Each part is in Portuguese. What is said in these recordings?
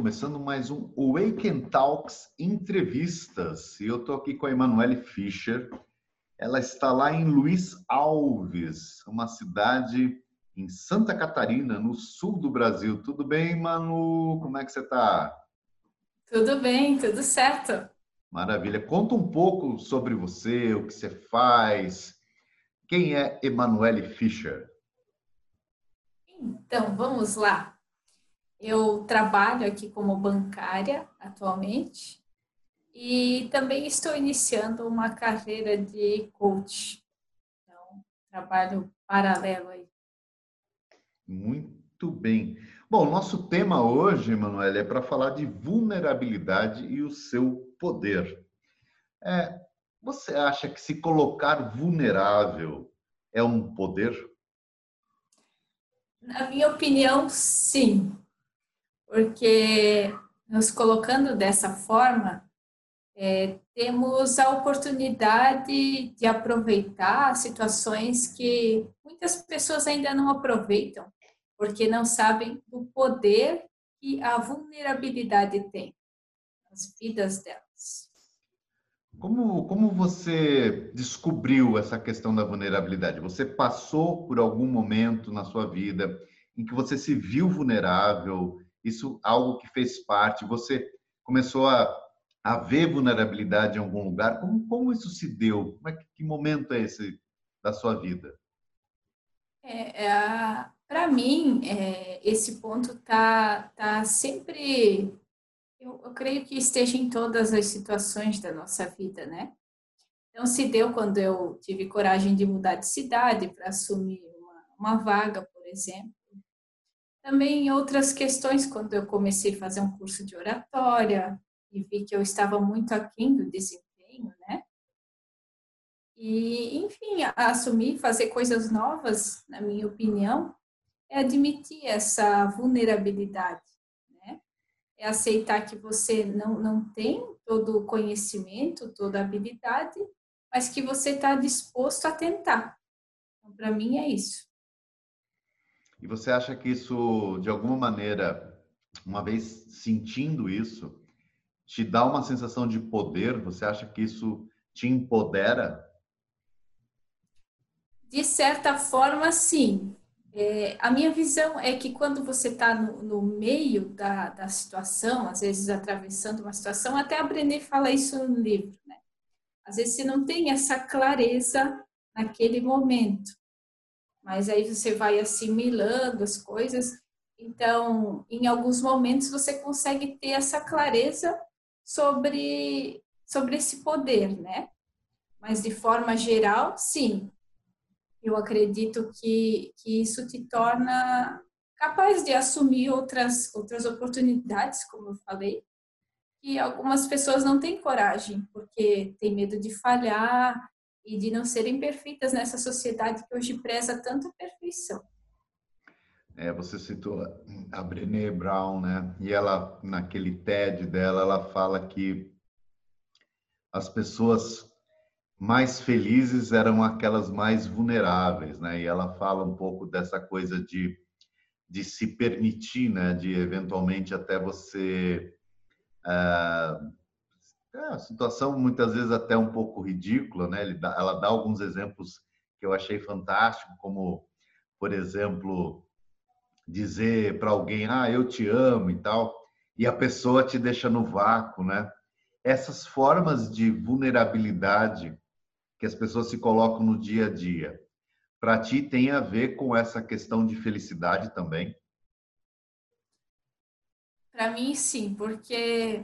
começando mais um Awaken Talks Entrevistas. E eu estou aqui com a Emanuele Fischer. Ela está lá em Luiz Alves, uma cidade em Santa Catarina, no sul do Brasil. Tudo bem, Manu? Como é que você está? Tudo bem, tudo certo. Maravilha. Conta um pouco sobre você, o que você faz. Quem é Emanuele Fischer? Então, vamos lá. Eu trabalho aqui como bancária atualmente e também estou iniciando uma carreira de coach. Então, trabalho paralelo aí. Muito bem. Bom, nosso tema hoje, Emanuele, é para falar de vulnerabilidade e o seu poder. É, Você acha que se colocar vulnerável é um poder? Na minha opinião, sim, porque nos colocando dessa forma, temos a oportunidade de aproveitar situações que muitas pessoas ainda não aproveitam, porque não sabem do poder que a vulnerabilidade tem nas vidas delas. Como você descobriu essa questão da vulnerabilidade? Você passou por algum momento na sua vida em que você se viu vulnerável? Isso algo que fez parte? Você começou a ver vulnerabilidade em algum lugar? Como isso se deu? Que momento é esse da sua vida? Para mim, esse ponto tá sempre, eu creio que esteja em todas as situações da nossa vida, né? Então, se deu quando eu tive coragem de mudar de cidade para assumir uma vaga, por exemplo. Também em outras questões, quando eu comecei a fazer um curso de oratória e vi que eu estava muito aquém do desempenho, né? E, enfim, assumir, fazer coisas novas, na minha opinião, é admitir essa vulnerabilidade, né? É aceitar que você não tem todo o conhecimento, toda a habilidade, mas que você está disposto a tentar. Então, para mim, é isso. E você acha que isso, de alguma maneira, uma vez sentindo isso, te dá uma sensação de poder? Você acha que isso te empodera? De certa forma, sim. A minha visão é que quando você está no meio da situação, às vezes atravessando uma situação, até a Brené fala isso no livro, né? Às vezes você não tem essa clareza naquele momento, mas aí você vai assimilando as coisas. Então, em alguns momentos você consegue ter essa clareza sobre esse poder, né? Mas de forma geral, sim, eu acredito que isso te torna capaz de assumir outras oportunidades, como eu falei, e algumas pessoas não têm coragem, porque tem medo de falhar e de não serem perfeitas nessa sociedade que hoje preza tanto a perfeição. Você citou a Brené Brown, né? E ela, naquele TED dela, ela fala que as pessoas mais felizes eram aquelas mais vulneráveis, né? E ela fala um pouco dessa coisa de se permitir, né? De eventualmente até você a situação muitas vezes até um pouco ridícula, né? Ela dá alguns exemplos que eu achei fantástico, como, por exemplo, dizer para alguém, eu te amo e tal, e a pessoa te deixa no vácuo, né? Essas formas de vulnerabilidade que as pessoas se colocam no dia a dia, para ti tem a ver com essa questão de felicidade também? Para mim, sim, porque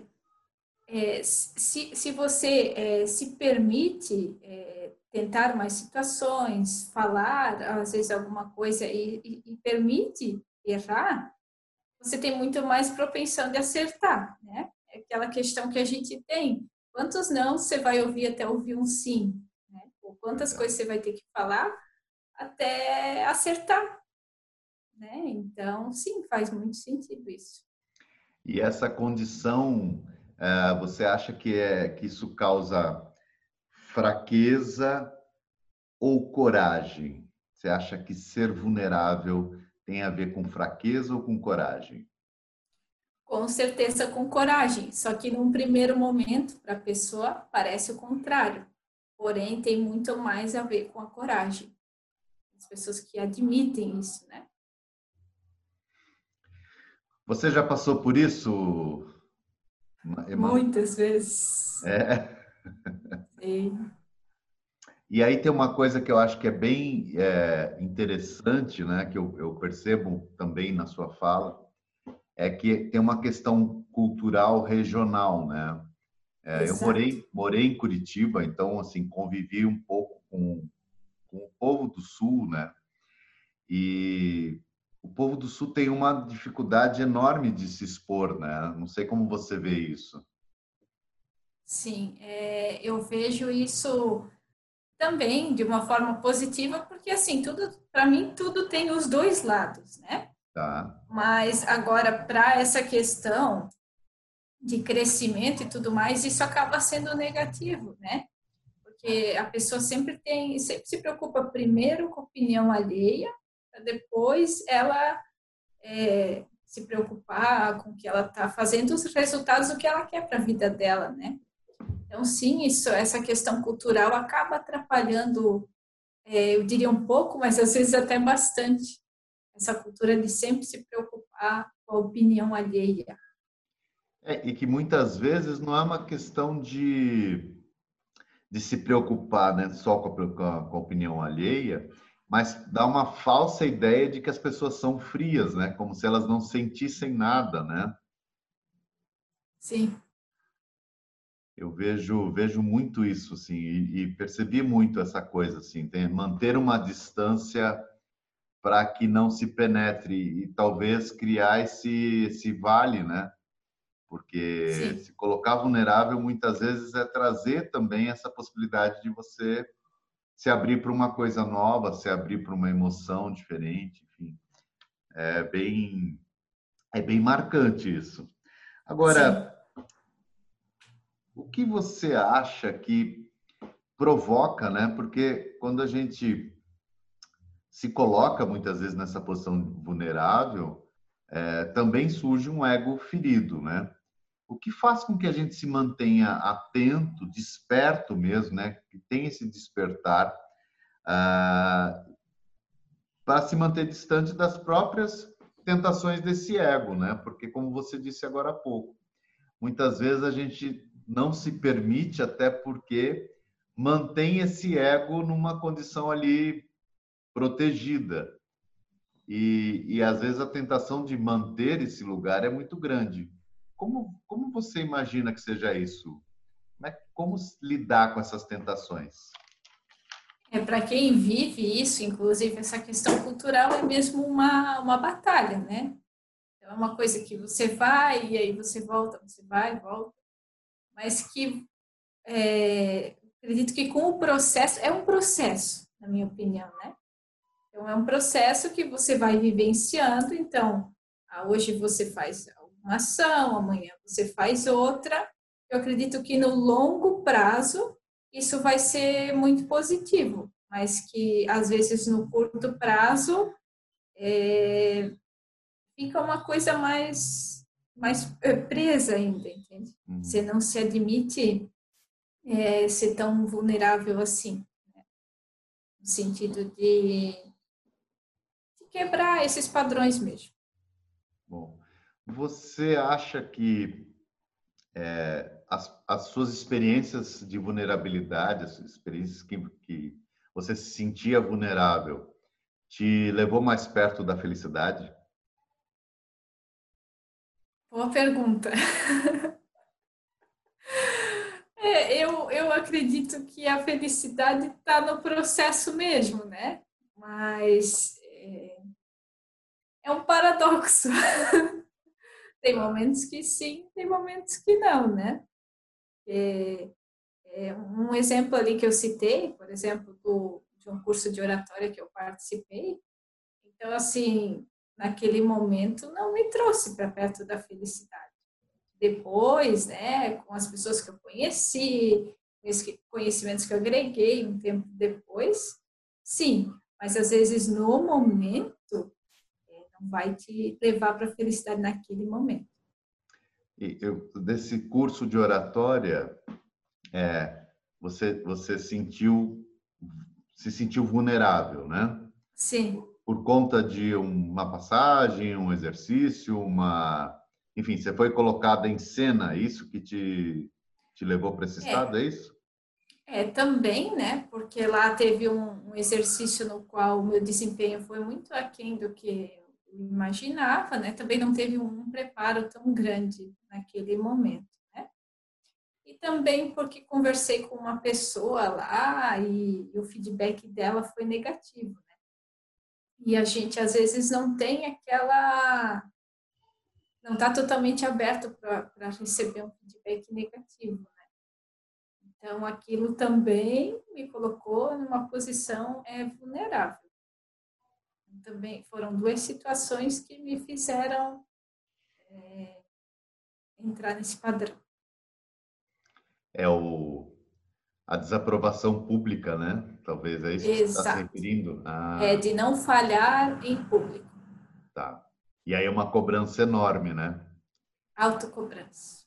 se você se permite tentar mais situações, falar às vezes alguma coisa e permite errar, você tem muito mais propensão de acertar, né? É aquela questão que a gente tem. Quantos não você vai ouvir até ouvir um sim, né? Ou quantas Verdade. coisas você vai ter que falar até acertar, né? Então, sim, faz muito sentido isso. E essa condição, você acha que isso causa fraqueza ou coragem? Você acha que ser vulnerável tem a ver com fraqueza ou com coragem? Com certeza com coragem, só que num primeiro momento, para a pessoa, parece o contrário. Porém, tem muito mais a ver com a coragem. As pessoas que admitem isso, né? Você já passou por isso, Emanuel? Muitas vezes. É. Sim. E aí tem uma coisa que eu acho que é bem interessante, né, que eu percebo também na sua fala, é que tem uma questão cultural regional, né? Eu Exato. morei em Curitiba, então assim convivi um pouco com o povo do Sul, né? E o povo do Sul tem uma dificuldade enorme de se expor, né? Não sei como você vê isso. Sim, eu vejo isso também de uma forma positiva, porque assim, tudo, para mim, tudo tem os dois lados, né? Tá? Mas agora, para essa questão de crescimento e tudo mais, isso acaba sendo negativo, né? Porque a pessoa sempre se preocupa primeiro com a opinião alheia, para depois ela se preocupar com o que ela está fazendo, os resultados do que ela quer para a vida dela, né? Então, sim, essa questão cultural acaba atrapalhando, eu diria um pouco, mas às vezes até bastante, essa cultura de sempre se preocupar com a opinião alheia. E que muitas vezes não é uma questão de se preocupar, né, só com a opinião alheia, mas dá uma falsa ideia de que as pessoas são frias, né, como se elas não sentissem nada, né? Sim, Eu vejo muito isso, assim, e percebi muito essa coisa, assim, manter uma distância para que não se penetre e talvez criar esse vale, né? Porque sim, se colocar vulnerável muitas vezes é trazer também essa possibilidade de você se abrir para uma coisa nova, se abrir para uma emoção diferente, enfim, é bem é bem marcante isso. sim. Agora, o que você acha que provoca, né? Porque quando a gente se coloca muitas vezes nessa posição vulnerável, também surge um ego ferido, né? O que faz com que a gente se mantenha atento, desperto mesmo, né? Que tem esse despertar para se manter distante das próprias tentações desse ego, né? Porque como você disse agora há pouco, muitas vezes a gente não se permite até porque mantém esse ego numa condição ali protegida. E às vezes a tentação de manter esse lugar é muito grande. Como você imagina que seja isso? Como lidar com essas tentações? Para quem vive isso, inclusive essa questão cultural é mesmo uma batalha, né? Então, é uma coisa que você vai e aí você volta, você vai e volta, mas que acredito que com o processo, é um processo, na minha opinião, né? Então, é um processo que você vai vivenciando. Então, hoje você faz uma ação, amanhã você faz outra. Eu acredito que no longo prazo isso vai ser muito positivo, mas que às vezes no curto prazo fica uma coisa mais presa ainda, entende? Você Uhum. não se admite ser tão vulnerável assim, no sentido de quebrar esses padrões mesmo. Bom, você acha que as suas experiências de vulnerabilidade, as experiências que você se sentia vulnerável, te levou mais perto da felicidade? Boa pergunta. Eu acredito que a felicidade está no processo mesmo, né? Mas é um paradoxo. Tem Tá. momentos que sim, tem momentos que não, né? Um exemplo ali que eu citei, por exemplo, de um curso de oratória que eu participei, então, assim, naquele momento não me trouxe para perto da felicidade. Depois, né, com as pessoas que eu conheci, esses conhecimentos que eu agreguei um tempo depois, sim, mas às vezes no momento não vai te levar para a felicidade naquele momento. Desse curso de oratória, você se sentiu vulnerável, né? Sim. Por conta de uma passagem, um exercício, enfim, você foi colocada em cena, isso que te levou para esse É, estado, é isso? também, né? Porque lá teve um exercício no qual o meu desempenho foi muito aquém do que eu imaginava, né? Também não teve um preparo tão grande naquele momento, né? E também porque conversei com uma pessoa lá e o feedback dela foi negativo, né? E a gente às vezes não tem não está totalmente aberto para receber um feedback negativo. Então, aquilo também me colocou numa posição vulnerável. Também foram duas situações que me fizeram entrar nesse padrão. A desaprovação pública, né? Talvez é isso que você está se Exato. referindo. De não falhar em público. Tá. E aí é uma cobrança enorme, né? Autocobrança.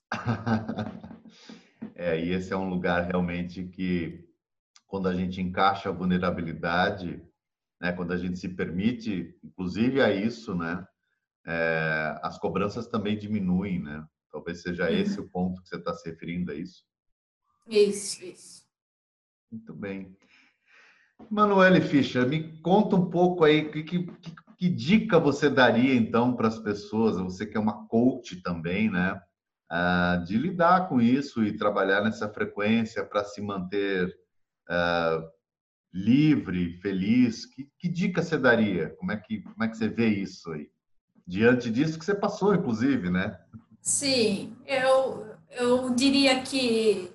E esse é um lugar realmente que, quando a gente encaixa a vulnerabilidade, né? Quando a gente se permite, inclusive a isso, né? As cobranças também diminuem, né? Talvez seja esse o ponto que você está se referindo a isso. Isso. Muito bem. Manuele Fischer, me conta um pouco aí que dica você daria então para as pessoas, você que é uma coach também, né? De lidar com isso e trabalhar nessa frequência para se manter livre, feliz. Que dica você daria? Como é que você vê isso aí? Diante disso que você passou, inclusive, né? Sim, eu diria que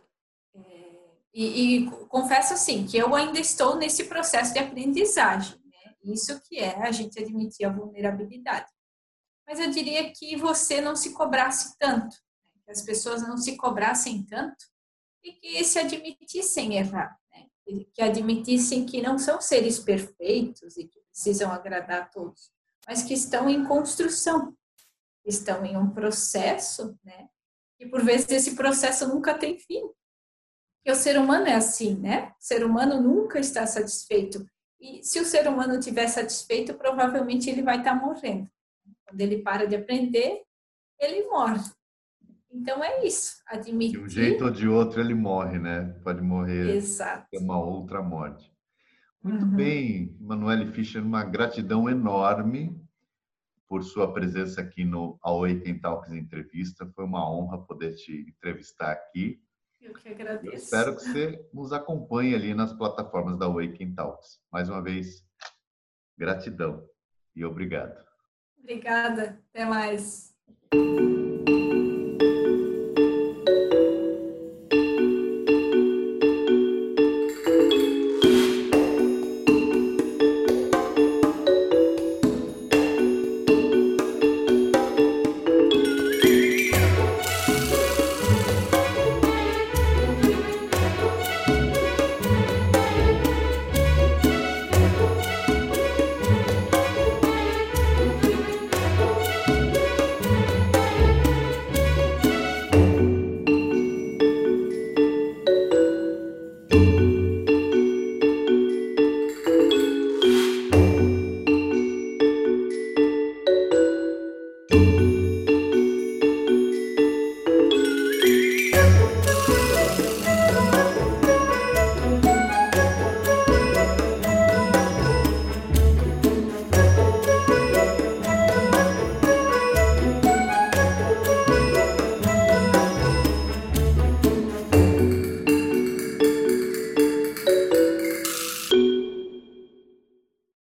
e confesso assim que eu ainda estou nesse processo de aprendizagem, né? Isso que é a gente admitir a vulnerabilidade. Mas eu diria que você não se cobrasse tanto, né? Que as pessoas não se cobrassem tanto e que se admitissem errar, né? Que admitissem que não são seres perfeitos e que precisam agradar a todos, mas que estão em construção, estão em um processo, né? E por vezes esse processo nunca tem fim. Porque o ser humano é assim, né? O ser humano nunca está satisfeito. E se o ser humano estiver satisfeito, provavelmente ele vai estar morrendo. Quando ele para de aprender, ele morre. Então é isso, De um jeito admitir. ou de outro ele morre, né? Pode morrer, ter Exato. uma outra morte. Muito Uhum. bem, Manuele Fischer, uma gratidão enorme por sua presença aqui no Awaken Talks Entrevista. Foi uma honra poder te entrevistar aqui. Eu que Eu agradeço. espero que você nos acompanhe ali nas plataformas da Awaken Talks. Mais uma vez, gratidão e obrigado. Obrigada. Até mais.